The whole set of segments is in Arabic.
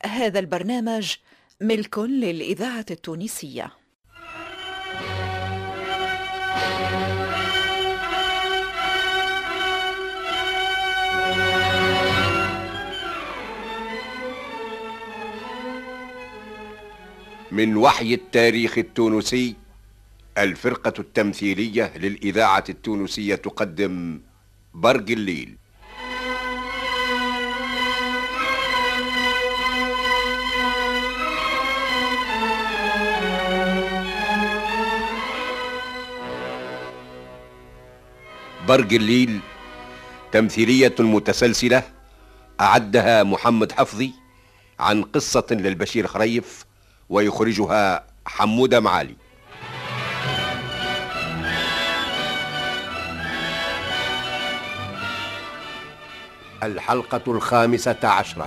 هذا البرنامج ملك للإذاعة التونسية. من وحي التاريخ التونسي، الفرقة التمثيلية للإذاعة التونسية تقدم برق الليل. برق الليل تمثيلية متسلسلة أعدها محمد حفظي عن قصة للبشير خريف، ويخرجها حمودة معالي. الحلقة 15.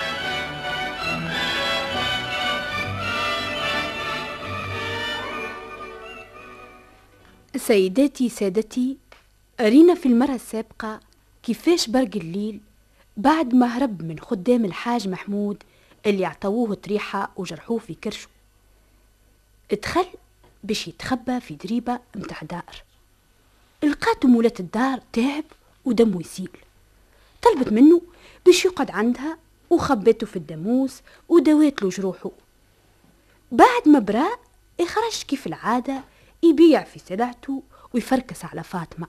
سيداتي سادتي، أرينا في المرة السابقة كيفاش برق الليل بعد ما هرب من خدام الحاج محمود اللي اعطوه طريحة وجرحوه في كرشه، ادخل باش يتخبى في دريبة متاع دار. لقاتو مولات الدار تعب ودمه يسيل، طلبت منه باش يقعد عندها وخبته في الداموس ودوات له جروحه. بعد ما برا يخرج كيف العادة يبيع في سلعته ويفركس على فاطمة.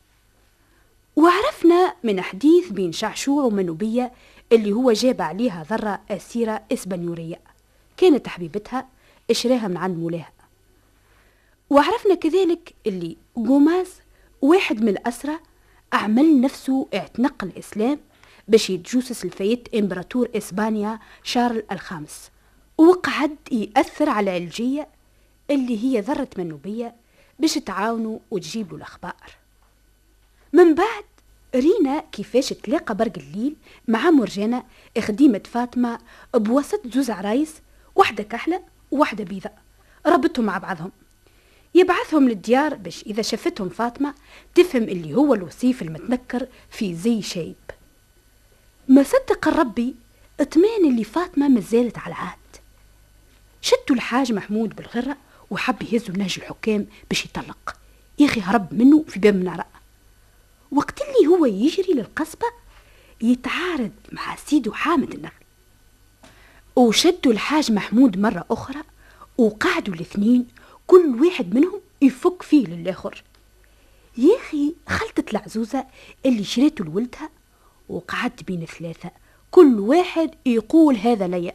وعرفنا من حديث بين شعشوع ومنوبية اللي هو جاب عليها ذرة أسيرة إسبانيورية كانت حبيبتها اشراها من عند مولاها. وعرفنا كذلك اللي جوماز واحد من الأسرة أعمل نفسه اعتنق الإسلام باش يتجوسس الفايت إمبراطور إسبانيا شارل الخامس، وقعد يأثر على العلجية اللي هي ذرة منوبية باش تعاونوا وتجيب له الأخبار. من بعد رينا كيفاش تلاقى برق الليل مع مرجانة خديمة فاطمة بوسط زوز عرايس، واحدة كحلة وواحدة بيضة، ربطهم مع بعضهم، يبعثهم للديار باش إذا شافتهم فاطمة تفهم اللي هو الوصيف المتنكر في زي شايب. ما صدق الربي اطمئن اللي فاطمة مازالت على العاد. شدوا الحاج محمود بالغرة وحب يهزوا لنهج الحكام باش يطلق، ياخي هرب منه في باب منارة. وقت اللي هو يجري للقصبة يتعارض مع سيده حامد النخل، وشدوا الحاج محمود مرة أخرى وقعدوا الاثنين كل واحد منهم يفك فيه للآخر. ياخي خلطت العزوزة اللي شريته لولدها وقعدت بين ثلاثة كل واحد يقول هذا ليا.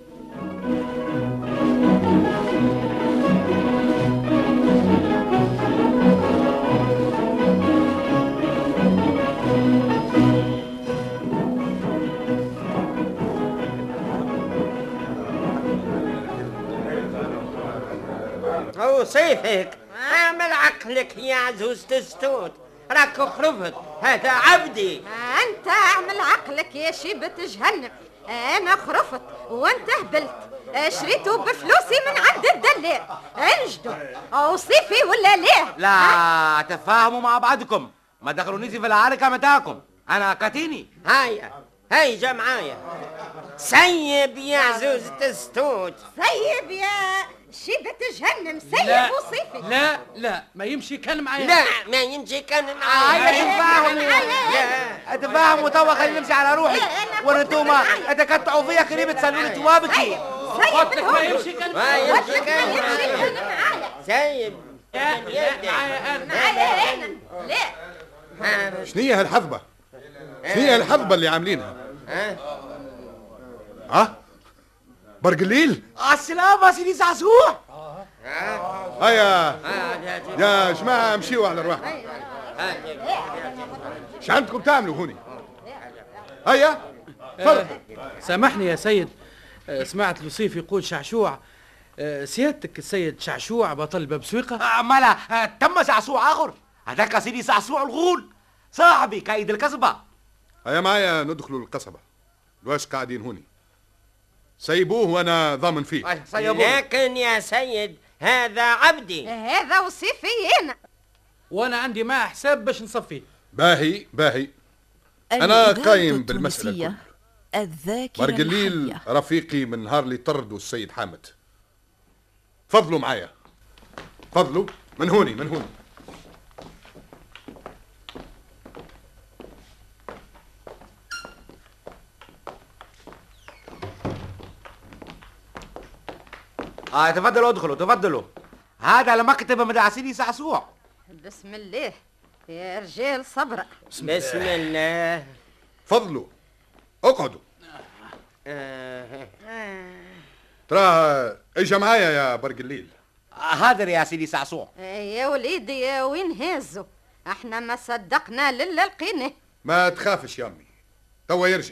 أوصيفك اعمل عقلك يا عزوز تستوت، راك خرفت، هذا عبدي. أنت اعمل عقلك يا شيبة جهنم، أنا خرفت وأنت هبلت، شريته بفلوسي من عند الدلال، انجدوا أوصيفي ولا ليه؟ لا تفاهموا مع بعضكم، ما دخلونيش في العركة متاعكم، أنا كاتيني. هاي جا معايا. سيب يا عزوز تستوت، سيب يا شيبة جهنم، سيب وصيفي. لا ما يمشي كان معايا. لا ما يمشي كان معايا. تفاهموا توا، خلينا نمشي على روحي وانتوما اتكتعوا فيا كريم تسلوني توابكي. ما يمشي كان معايا. سيب معايا أنا. لا شنية هالحذبة؟ شنية هالحذبة اللي عاملينها؟ برق الليل؟ السلامة سيدي زعزوع. هيا يا جماعة امشيوا على رواحكم. ايش عندكم تعملوا هوني؟ هيا فرق. سامحني يا سيد، سمعت الوصيف يقول شعشوع، سيادتك السيد شعشوع بطل ببسويقة؟ مالا تم شعشوع آخر، هذاك سيدي شعشوع الغول صاحبي كايد القصبة. هيا معايا ندخلوا القصبة. لواش قاعدين هوني؟ سيبوه وانا ضامن فيه. لكن يا سيد هذا عبدي، هذا وصيفي أنا، وانا عندي معه حساب باش نصفيه. باهي أنا قايم بالمسألة الكل. الذاكرة برقليل الحية. رفيقي من نهار اللي طردوا السيد حامد. تفضلوا معايا، تفضلوا من هوني من هوني. تفضلوا ادخلوا تفضلوا. هذا المكتب مدع سيدي صعصوع. بسم الله يا رجال صبرا. بسم الله. تفضلوا اقعدوا. ترى اجا معايا يا برقليل. حاضر يا سيدي صعصوع. يا وليدي يا وين هازوا، احنا ما صدقنا للا لقيناه. ما تخافش يا امي، توا يرجع.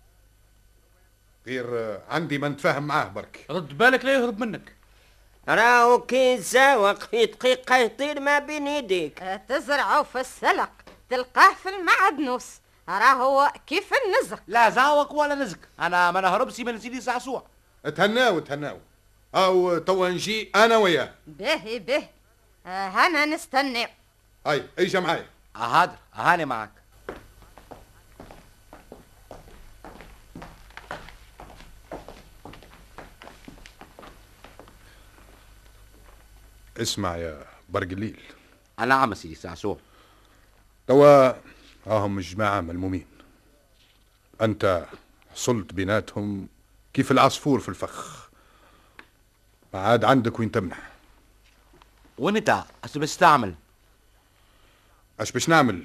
غير عندي ما نتفاهم معاه برك. رد بالك لا يهرب منك. راهو كي يتساوق في دقيقة يطير ما بين يديك. تزرعوا في السلق تلقاه في المعدنوس، راهو كيف النزق. لا زاوق ولا نزق، انا ما نهربش من سيدي صعصوع. تهناو تهناو، او توا نجي انا وياه. باهي باهي، هنا نستنى. هاي اجا معايا. حاضر هاني معك. اسمع يا برقليل. نعم سيدي صعصوع. توا هم جماعة ملمومين، انت حصلت بيناتهم كيف العصفور في الفخ، ما عاد عندك وين تمنح. وانت اش باش تعمل؟ اش باش نعمل؟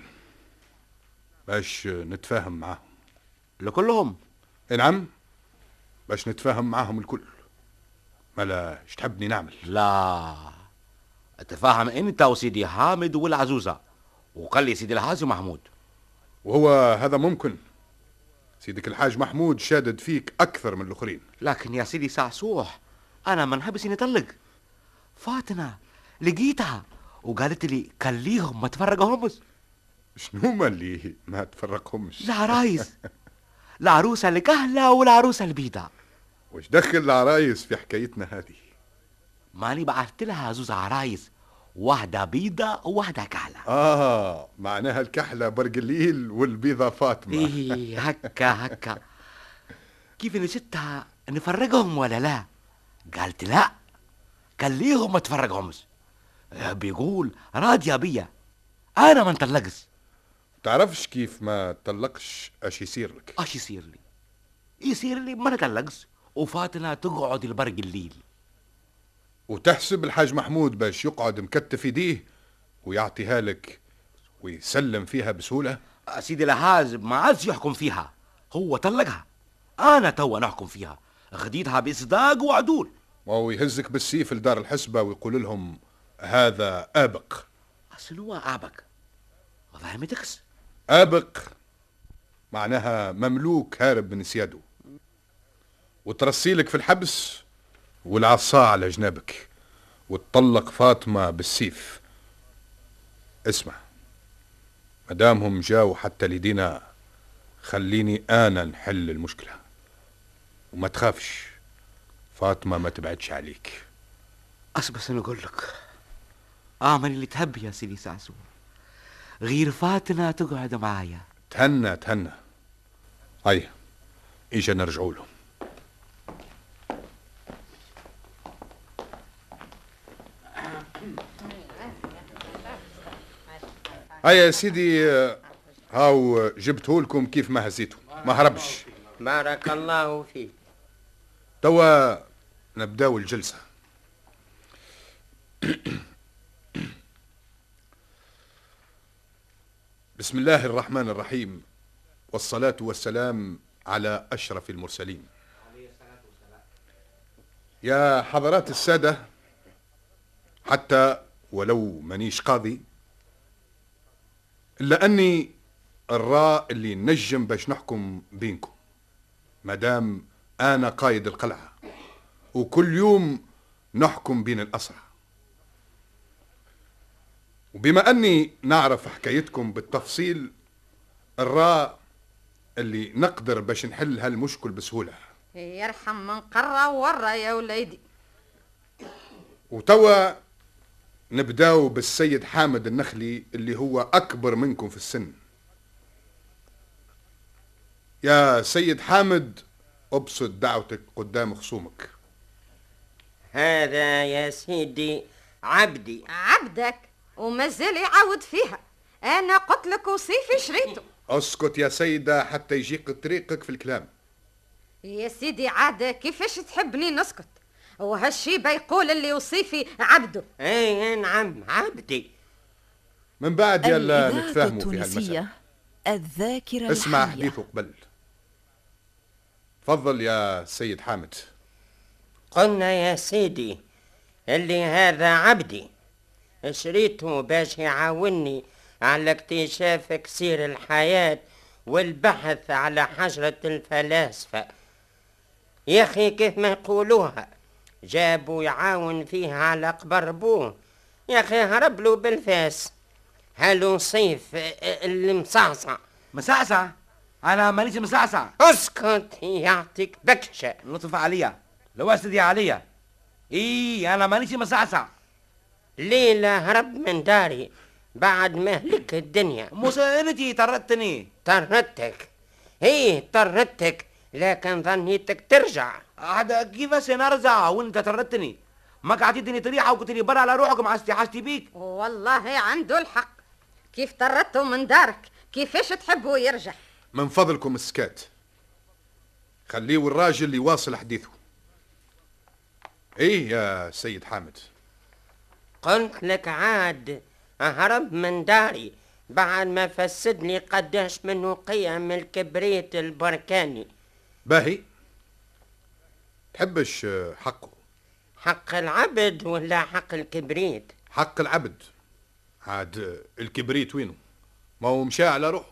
باش نتفاهم معاهم لكلهم. نعم، باش نتفاهم معاهم الكل. مالا اش تحبني نعمل؟ لا اتفاهم انت وسيدي حامد والعزوزة، وقال لي سيدي الحاج محمود. وهو هذا ممكن؟ سيدك الحاج محمود شادد فيك اكثر من الاخرين. لكن يا سيدي صعصوع انا ما نحبش نطلق. فاطمة لقيتها وقالت لي خليهم ما تفرقهمش. شنو ما اللي ما تفرقهمش؟ العرايس، العروسة الكهلة والعروسة البيضاء. وش دخل العرايس في حكايتنا هذه؟ ماني بعثت لها زوز عرايس، واحدة بيضة وواحدة كحلة. معناها الكحلة برقليل والبيضة فاطمة. ايه هكا كيف نشتها نفرقهم ولا لا؟ قالت لا، خليهم ما تفرقهمش. بيقول راضية بيا، انا ما نطلقش. تعرفش كيف ما تطلقش اش يصير لك؟ اش يصير لي؟ يصير لي ما نطلقش وفاتنا تقعد البرقليل. وتحسب الحاج محمود باش يقعد مكتف يديه ويعطيها لك ويسلم فيها بسهولة؟ سيدي الحاج ما عادش يحكم فيها، هو طلقها، انا توا نحكم فيها. خديتها بإصداق وعدول. وهو يهزك بالسيف لدار الحسبة ويقول لهم هذا آبق. شنو آبق؟ فهمتكش؟ آبق معناها مملوك هارب من سياده، وترسيلك في الحبس والعصا على جنابك وتطلق فاطمة بالسيف. اسمع، مدامهم جاوا حتى لدينا خليني انا نحل المشكلة، وما تخافش فاطمة ما تبعدش عليك. بس نقول لك اعمل اللي تحب يا سيدي صعصوع، غير فاتنا تقعد معايا. تهنى هيا اجا نرجعوا له. هيا يا سيدي، هاو جبته لكم كيف ما هزيته، ما هربش. بارك الله فيك. توا نبداو الجلسة. بسم الله الرحمن الرحيم، والصلاة والسلام على أشرف المرسلين. يا حضرات السادة، حتى ولو منيش قاضي إلا أني الراء اللي نجم باش نحكم بينكم، مادام أنا قايد القلعة وكل يوم نحكم بين الأسرى، وبما أني نعرف حكايتكم بالتفصيل، الراء اللي نقدر باش نحل هالمشكل بسهولة. يرحم من قرى ورا يا وليدي. وتوا نبداو بالسيد حامد النخلي اللي هو أكبر منكم في السن. يا سيد حامد ابسط دعوتك قدام خصومك. هذا يا سيدي عبدي. عبدك ومازال يعاود فيها. انا قلت لك وصيفي شريته. اسكت يا سيدة حتى يجيك طريقك في الكلام. يا سيدي عاد كيفاش تحبني نسكت؟ وهالشيبة يقول اللي وصيفي عبده. اي نعم عبدي. من بعد يلا الإذاعة نتفاهموا في التونسية هالمسألة. الذاكرة اسمع الحية. حديثه قبل. تفضل يا سيد حامد. قلنا يا سيدي اللي هذا عبدي، شريته باش يعاوني على اكتشاف كسير الحياة والبحث على حجرة الفلاسفة. يا أخي كيف ما يقولوها، جابوا يعاون فيها على قبر بوه. يا أخي هرب له بالفاس. هلو صيف المصعصع. مسعسع؟ انا مانيش مسعسع. اسكت يعطيك بكشة. لطف عليا، لو اسدي عليا. انا مانيش مسعسع. ليلة هرب من داري بعد ما هلك الدنيا. مسألتي طردتني. طردتك؟ طردتك، لكن ظنيتك ترجع. هذا كيفاش نرجع وانت طردتني؟ ما قعدتني طريحه وقلت لي برا على روحك مع استحاجتي بيك. والله عنده الحق. كيف طردته من دارك كيفاش تحبه يرجع؟ من فضلكم السكات، خليه الراجل يواصل حديثه. ايه يا سيد حامد؟ قلت لك عاد هرب من داري بعد ما فسد لي قداش منه قيم الكبريت البركاني. باهي، تحبش حقه؟ حق العبد ولا حق الكبريت؟ حق العبد. عاد الكبريت وينه؟ ما هو مشى على روحه.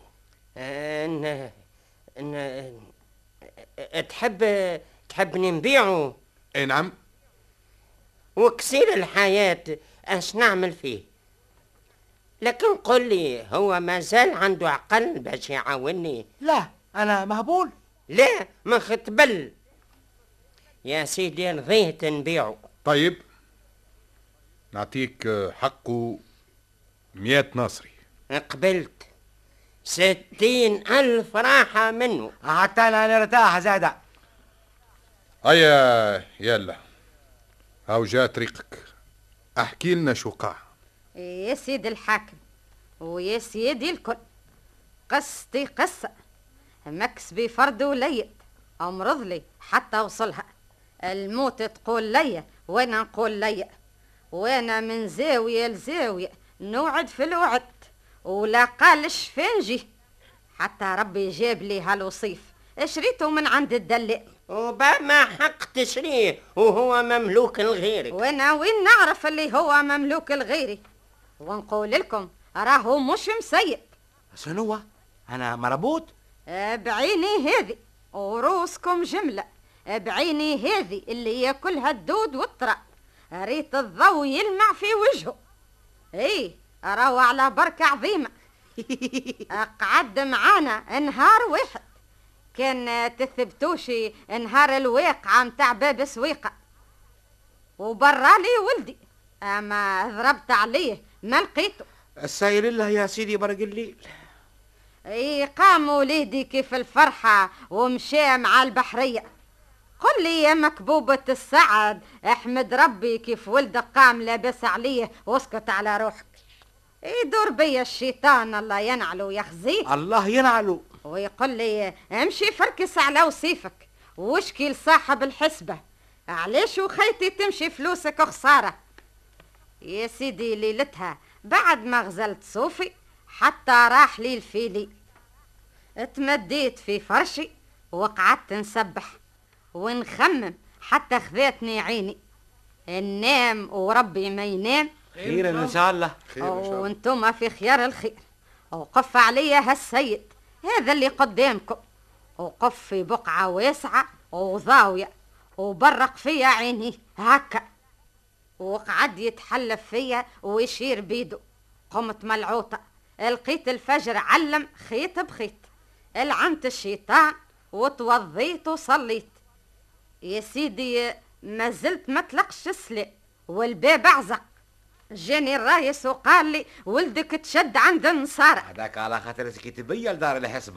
تحبني نبيعه؟ اي نعم. وكسير الحياة اش نعمل فيه؟ لكن قل لي، هو ما زال عنده عقل باش يعاوني؟ لا انا مهبول. لا ما ختبل يا سيدي، رضيت نبيعه. طيب نعطيك حقه 100 ناصري. قبلت 60,000 راحة منه. حتى انا نرتاح زاده. هيا يلا، هاو جاء طريقك، احكي لنا شو قاع. يا سيدي الحاكم ويا سيدي الكل، قصتي قصة، مكسبي فرد وليت، أمرض لي حتى وصلها. الموت تقول لي وانا نقول لي، وانا من زاوية لزاوية نوعد في الوعد، ولا قالش فين جي حتى ربي جاب لي هالوصيف شريته من عند الدلال. وبما حق تشريه وهو مملوك لغيرك. وانا وين نعرف اللي هو مملوك لغيري؟ ونقول لكم راهو مش مسيب. شنو؟ انا مربوط بعيني هذه وروسكم جملة، بعيني هذه اللي ياكلها الدود والتراب، ريت الضوء يلمع في وجهه. راهو على بركة عظيمة. قعد معانا نهار واحد، كان تثبتوشي نهار الواقعة متاع باب سويقة، وبرالي ولدي اما ضربت عليه ما لقيته. الساير الله يا سيدي برق الليل. قام وليدي كيف الفرحة ومشى مع البحرية. قل لي يا مكبوبة السعد، احمد ربي كيف ولدك قام لابس عليه واسكت على روحك. يدور بيا الشيطان الله ينعلو يخزيه. الله ينعلو. ويقول لي امشي فركس على وصيفك واشكي لصاحب الحسبة، علاش وخيتي تمشي فلوسك خسارة. يا سيدي ليلتها بعد ما غزلت صوفي حتى راح لي الفيلي، اتمديت في فرشي وقعدت نسبح ونخمم حتى خذاتني عيني. ننام وربي ما ينام. خير ان شاء الله. وانتم في خيار الخير. وقف عليا هالسيد هذا اللي قدامكم، وقف في بقعة واسعة وضاوية وبرق فيا عينيه هكا، وقعد يتحلف فيا ويشير بيدو. قمت ملعوطة، لقيت الفجر علم خيط بخيط، لعنت الشيطان وتوضيت وصليت. يا سيدي ما زلت ما تلقش السلاء والباب عزق. جاني الرايس وقال لي ولدك تشد عند النصارى. هذاك على خاطر كتبية لدار الحسبة.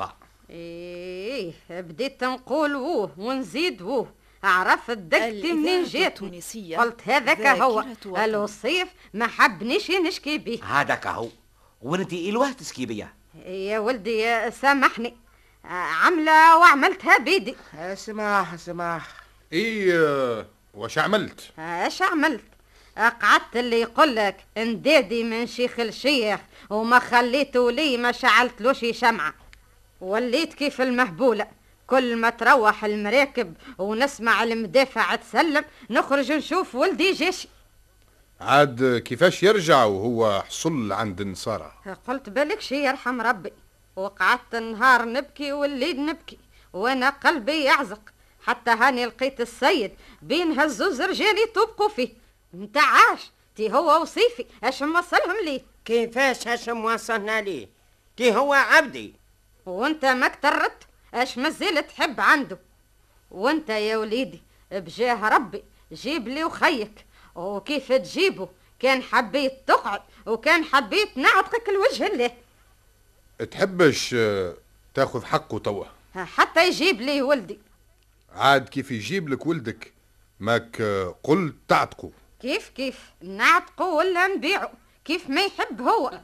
ايه بديت نقول ووه ونزيد ووه. عرفت دقتي منين جاتني. قلت هذاك هو الوصيف ما حبنيش نشكي بيه. هذاك هو. وانت الوه تسكي بيا؟ يا ولدي سامحني، عملة وعملتها بيدي. سماح. ايه واش عملت؟ اش عملت؟ قعدت اللي يقولك اندادي من شيخ الشيخ وما خليته لي ما شعلتلوش شمعة. وليت كيف المهبولة، كل ما تروح المراكب ونسمع المدافع تسلم نخرج نشوف ولدي جيشي. عاد كيفاش يرجع وهو حصل عند النصارى؟ قلت بالك شي يرحم ربي، وقعدت النهار نبكي والليل نبكي وانا قلبي يعزق، حتى هاني لقيت السيد بين هالزوز رجالي طبقوا فيه. انت عاش تي هو وصيفي اش موصلهم ليه؟ كيفاش اش موصلنا ليه؟ تي هو عبدي. وانت ما اكترت اش مازال تحب عنده؟ وانت يا وليدي بجاه ربي جيب لي وخيك، وكيف تجيبه كان حبيت تقعد وكان حبيت نعتقك الوجه الله. تحبش تاخذ حقه توا؟ حتى يجيب لي ولدي. عاد كيف يجيب لك ولدك ماك قلت تعتقه؟ كيف نعتقه ولا نبيعه كيف ما يحب هو.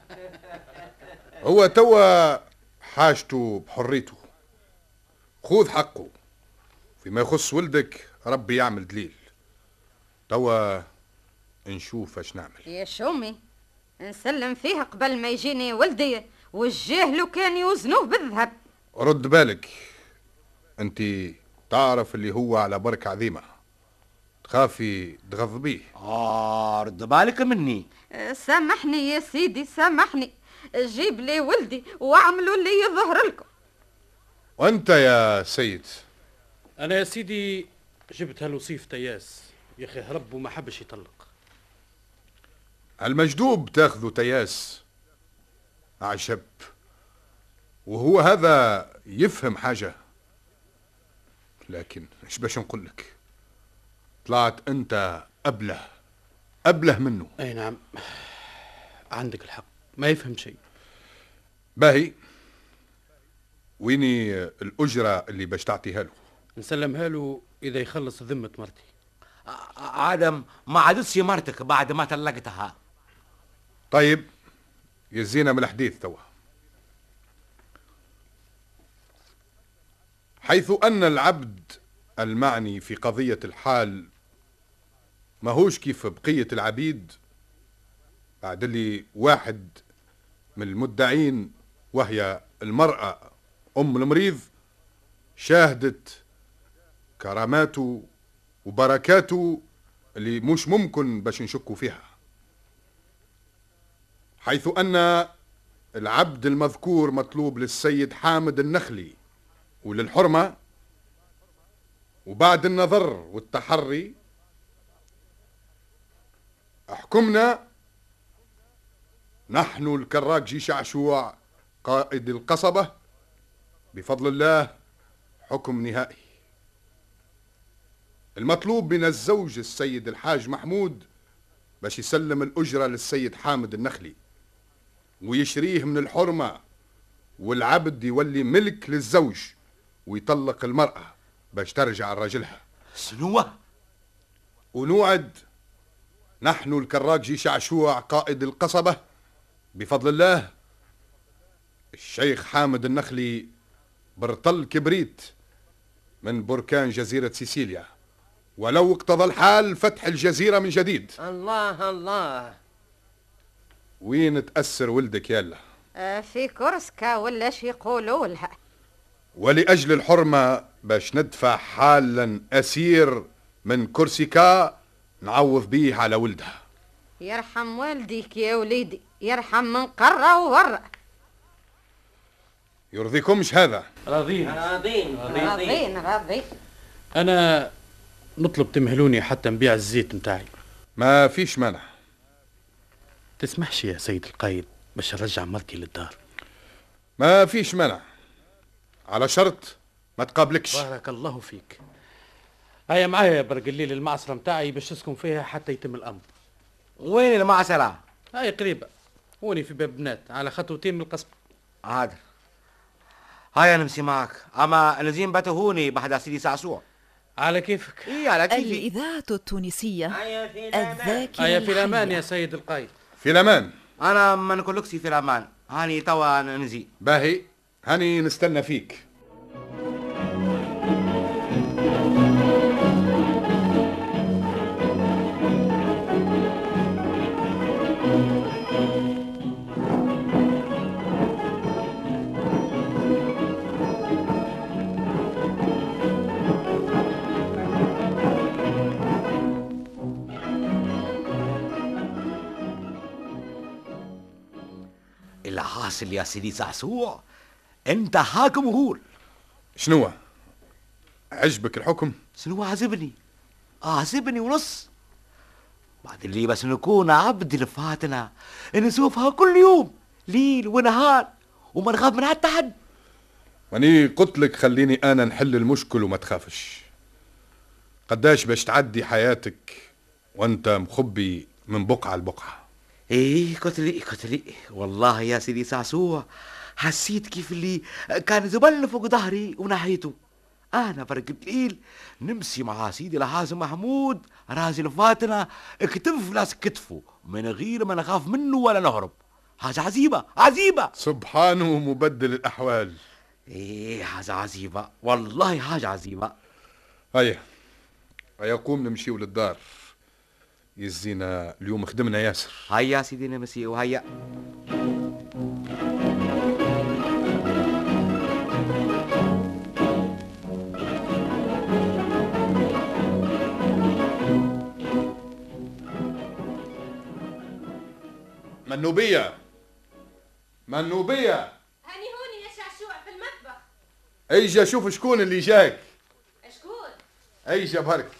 هو توا حاجته بحريته، خذ حقه. فيما يخص ولدك ربي يعمل دليل. توا نشوف اش نعمل. يا شومي نسلم فيه قبل ما يجيني ولدي والجاه لو كان يوزنوه بالذهب. رد بالك، انت تعرف اللي هو على بركة عظيمة، تخافي تغضبيه. رد بالك مني. سامحني يا سيدي سامحني، جيب لي ولدي واعملوا اللي يظهر لكم. وانت يا سيد؟ انا يا سيدي جبت هالوصيف تياس يا اخي هرب وما حبش يطلق. المجدوب تاخذه تياس؟ عجب، وهو هذا يفهم حاجة. لكن ايش باش نقول لك، طلعت انت ابله منه. اي نعم عندك الحق، ما يفهم شيء. باهي، ويني الأجرة اللي باش تعطيها له؟ نسلمها له إذا يخلص ذمة مرتي. عدم ما عادتش مرتك بعد ما طلقتها. طيب يزينا من الحديث توا. حيث أن العبد المعني في قضية الحال ماهوش كيف بقية العبيد، بعد اللي واحد من المدعين وهي المرأة أم المريض شاهدت كراماته وبركاته اللي مش ممكن باش نشكوا فيها، حيث أن العبد المذكور مطلوب للسيد حامد النخلي وللحرمة، وبعد النظر والتحري احكمنا نحن الكراكجي شعشوع قائد القصبة بفضل الله حكم نهائي. المطلوب من الزوج السيد الحاج محمود باش يسلم الأجرة للسيد حامد النخلي ويشريه من الحرمة، والعبد يولي ملك للزوج ويطلق المرأة باش ترجع لراجلها. شنو؟ ونوعد نحن الكراكجي شعشوع قائد القصبة بفضل الله الشيخ حامد النخلي برطل كبريت من بركان جزيرة سيسيليا، ولو اقتضى الحال فتح الجزيرة من جديد. الله الله. وين تأثر ولدك يالا؟ في كورسكا ولا شي يقولوا لها. ولأجل الحرمة باش ندفع حالا أسير من كورسيكا نعوض بيه على ولدها. يرحم والديك يا وليدي، يرحم من قرة وورة. يرضيكمش هذا؟ راضين. أنا نطلب تمهلوني حتى نبيع الزيت متاعي. ما فيش مانع. تسمحش يا سيد القايد باش نرجع مرتي للدار؟ ما فيش مانع، على شرط ما تقابلكش. بارك الله فيك. هيا معايا يا برقليل المعصرة متاعي باش تسكن فيها حتى يتم الأمر. وين المعصرة؟ هاي قريبة، هوني في باب بنات على خطوتين من القصبة. حاضر. هيا نمشي معك، اما نزيم باتهوني بعد سيدي سعسوع. على كيفك. ايه على كيفي. الإذاعة التونسية الذاكرة هيا في الأمان الحية. يا سيد القايد. في الأمان. انا ما نقولكش في الامان، هاني توا نزي. باهي، هاني نستنى فيك. اللي حاصل يا سيدي سعسوع، انت حاكم وهول. شنو عجبك الحكم؟ شنو عازبني ونص. بعد اللي بس نكون عبد لفاتنا، نشوفها كل يوم ليل ونهار وما نخاف من حتى حد. واني قلت لك خليني انا نحل المشكل وما تخافش. قداش باش تعدي حياتك وانت مخبي من بقعة لبقعة؟ ايه كتلي والله يا سيدي سعسوع، حسيت كيف اللي كان زبل فوق ظهري وناحيته. انا برق الليل نمشي مع سيدي الحازم محمود راجل فاتنا كتف لاس كتفه من غير ما نخاف منه ولا نهرب. حاجة عزيبة. سبحانه مبدل الأحوال. ايه حاجة عزيبة والله، حاجة عزيبة. هيا قوم نمشيو للدار، يزينا اليوم خدمنا ياسر. هيا سيدي نمشي وهيا. منوبية هاني هوني يا شعشوع في المطبخ. ايجا شوف شكون اللي جاك. شكون؟ ايجا برك.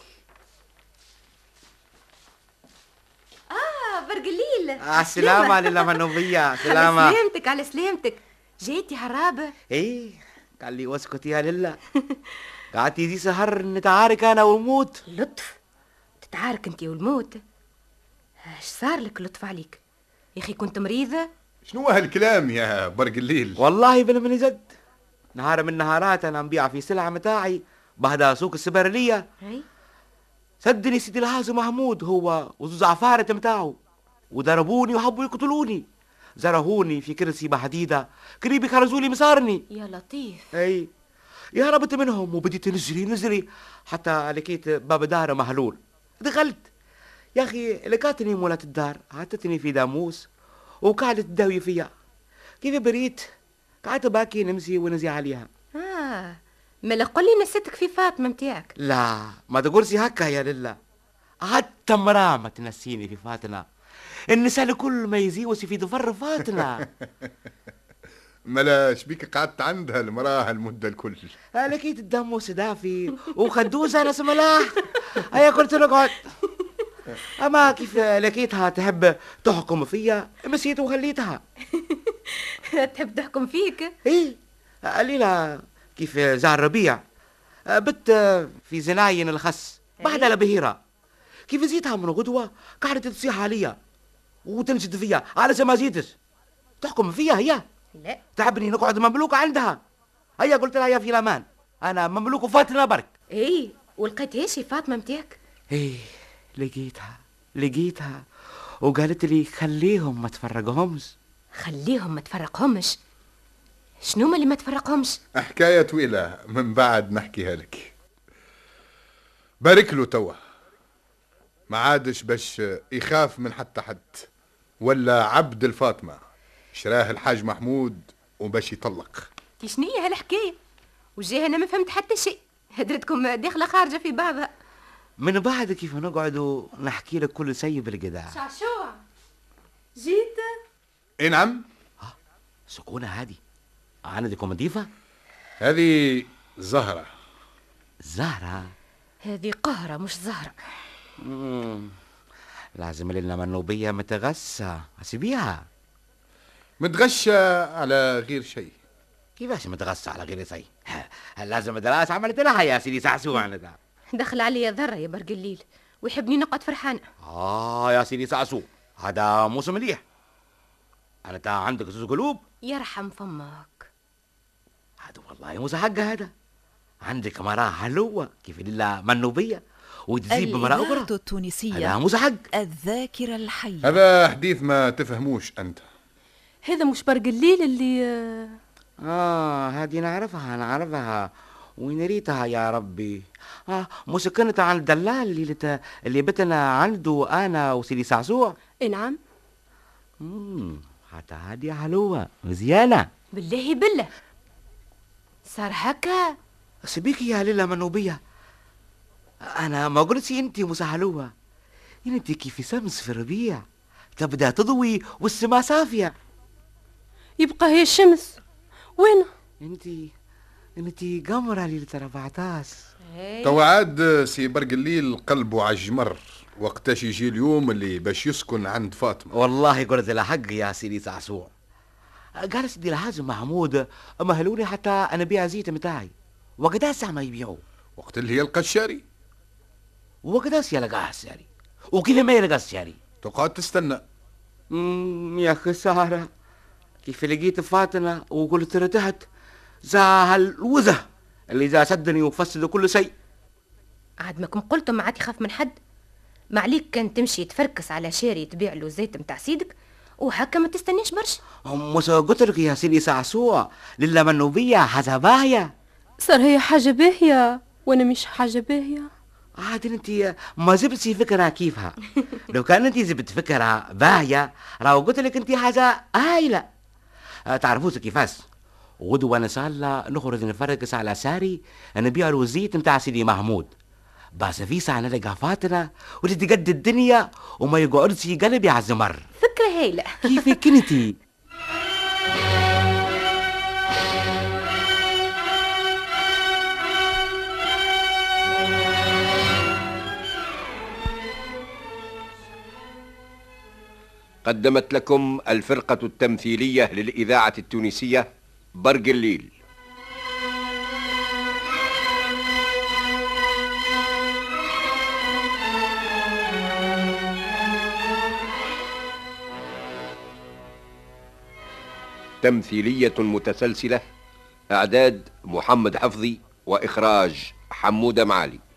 برقليل. السلامة لله منوبية. سلامة. على سلامتك على سلامتك. جيتي هرابة؟ ايه قال لي واسكت يا لله. قعدتي دي سهر نتعارك انا والموت. لطف تتعارك انت والموت؟ ايش صار لك لطف عليك يا اخي؟ كنت مريضة؟ شنو هالكلام يا برق الليل؟ والله من جد، نهار من نهارات انا نبيع في سلعة متاعي بهذا سوق السبرلية. اي سدني سيدي الحازم محمود هو وزوز عفارة متاعه وضربوني وحبوا يقتلوني. زرهوني في كرسي بحديدة قريب يخرجولي مسارني. يا لطيف. اي هربت منهم وبديت نجري حتى لقيت باب دار مهلول. دخلت يا اخي، لقاتني مولات الدار عاتتني في داموس وقعدت تداوي فيا. كيف بريت قعدت باكي نمسي ونزي عليها. ملا قولي نسيتك في فاطمة متاعك. لا ما تقولسي هكا يا لله، حتى مرا ما تنسيني في فاتنا. النساء الكل ما يزيوسي في ظفر فاتنا. ملا شبيك قعدت عندها المراه المدة الكل؟ لقيت الداموس دافي وخدوزة ناس ملاح. هيا قلت له اقعد. اما كيف لقيتها تحب تحكم فيا مسيت وخليتها. تحب تحكم فيك؟ ايه قال لي لا كيف زار ربيع بت في زناين الخس بعدها لبهيرة. كيف زيتها من غدوة قعدت تصيح عليا وتنشد فيا على ما زيتش تحكم فيا. هي لا تعبني نقعد مملوك عندها. هيا قلت لها يا في الامان انا مملوك وفاتنا برك. اي ولقيت ايش فاطمة متاعك؟ ايه لقيتها وقالت لي خليهم ما تفرقهمش. خليهم ما تفرقهمش؟ شنو ما اللي ما تفرقهمش؟ حكاية طويلة من بعد نحكيها لك. بارك له توا ما عادش باش يخاف من حتى حد ولا عبد الفاطمة شراه الحاج محمود وباش يطلق. شنية هالحكاية؟ وجاي انا ما فهمت حتى شيء، هدرتكم داخلة خارجة في بعضها. من بعد كيف نقعدوا نحكي لك كل شيء بالقدا. شعشوع جيت؟ اي نعم. سكونة هادي عندكم ضيفة؟ هذه زهرة. زهرة؟ هذه قهرة مش زهرة. لازم لنا منوبية متغسة اسيبيها. متغشة على غير شيء. كيفاش متغسة على غير شيء؟ لازم دراسة عملت لها يا سيدي سعسوع. أنا ده دخل علي ذرة يا برق الليل ويحبني نقعد فرحانة. يا سيدي سعسوع هذا موسم مليح. أنا تا عندك زوز قلوب. يرحم فمك. هذا والله مزحق هذا. عندك مرأة حلوة كيف لله منوبية وتزيد بمرأة أخرى. الإذاعة التونسية هذا مزحق. الذاكرة الحية. هذا حديث ما تفهموش أنت. هذا مش برق الليل اللي هذه نعرفها وين ريتها يا ربي. مش كنت عن الدلال اللي بتنا عنده أنا وسيدي سعسوع. نعم. حتى هذه حلوة مزيانة. بالله صار هكا. سبيك يا ليلى منوبية، أنا ما قلتي أنت مسحلوة، أنت كيف شمس في الربيع تبدأ تضوي والسماء صافية. يبقى هي الشمس وين؟ أنت قمرة ليلة 14. توا عاد سي برق الليل قلبه عجمر وقتاش يجي اليوم اللي باش يسكن عند فاطمة. والله قلت لها حق يا سيدي سعسوع. قال سيدي الحاج محمود مهلوني حتى أنا بيع زيت متاعي. وقداس ما يبيعوا؟ وقت اللي يلقى الشاري. وقداس يلقاه الشاري؟ وكيف ما يلقى الشاري؟ تقعد تستنى. يا خسارة، كيف لقيت فاطمة وقلت رتحت زا الوزة اللي زا سدني وفسد كل شيء. عاد ما كم قلتم ما عاد يخاف من حد. ما عليك كان تمشي تفركس على شاري تبيع له زيت متاع سيدك وهكا ما تستنيش برشا. مش قلت لك يا سيدي سعسوع لله منوبية حاجة باهية. صار هي حاجة باهية وانا مش حاجة باهية. عاد انت ما جبتي فكرة كيفها. لو كان انت جبت فكرة باهية راهو قلت لك انت حاجة هايلة. تعرفوش كيفاش غدوة ان شاء الله نخرج نفركس على ساري نبيع له الزيت متاع سيدي محمود. بس في ساعة نلقى فاطمة وتتقد الدنيا وما يقعدش قلبي على الزمر. فكرة هايلة. كيف كنتي؟ قدمت لكم الفرقة التمثيلية للإذاعة التونسية برق الليل. تمثيلية متسلسلة، إعداد محمد حفظي وإخراج حمودة معالي.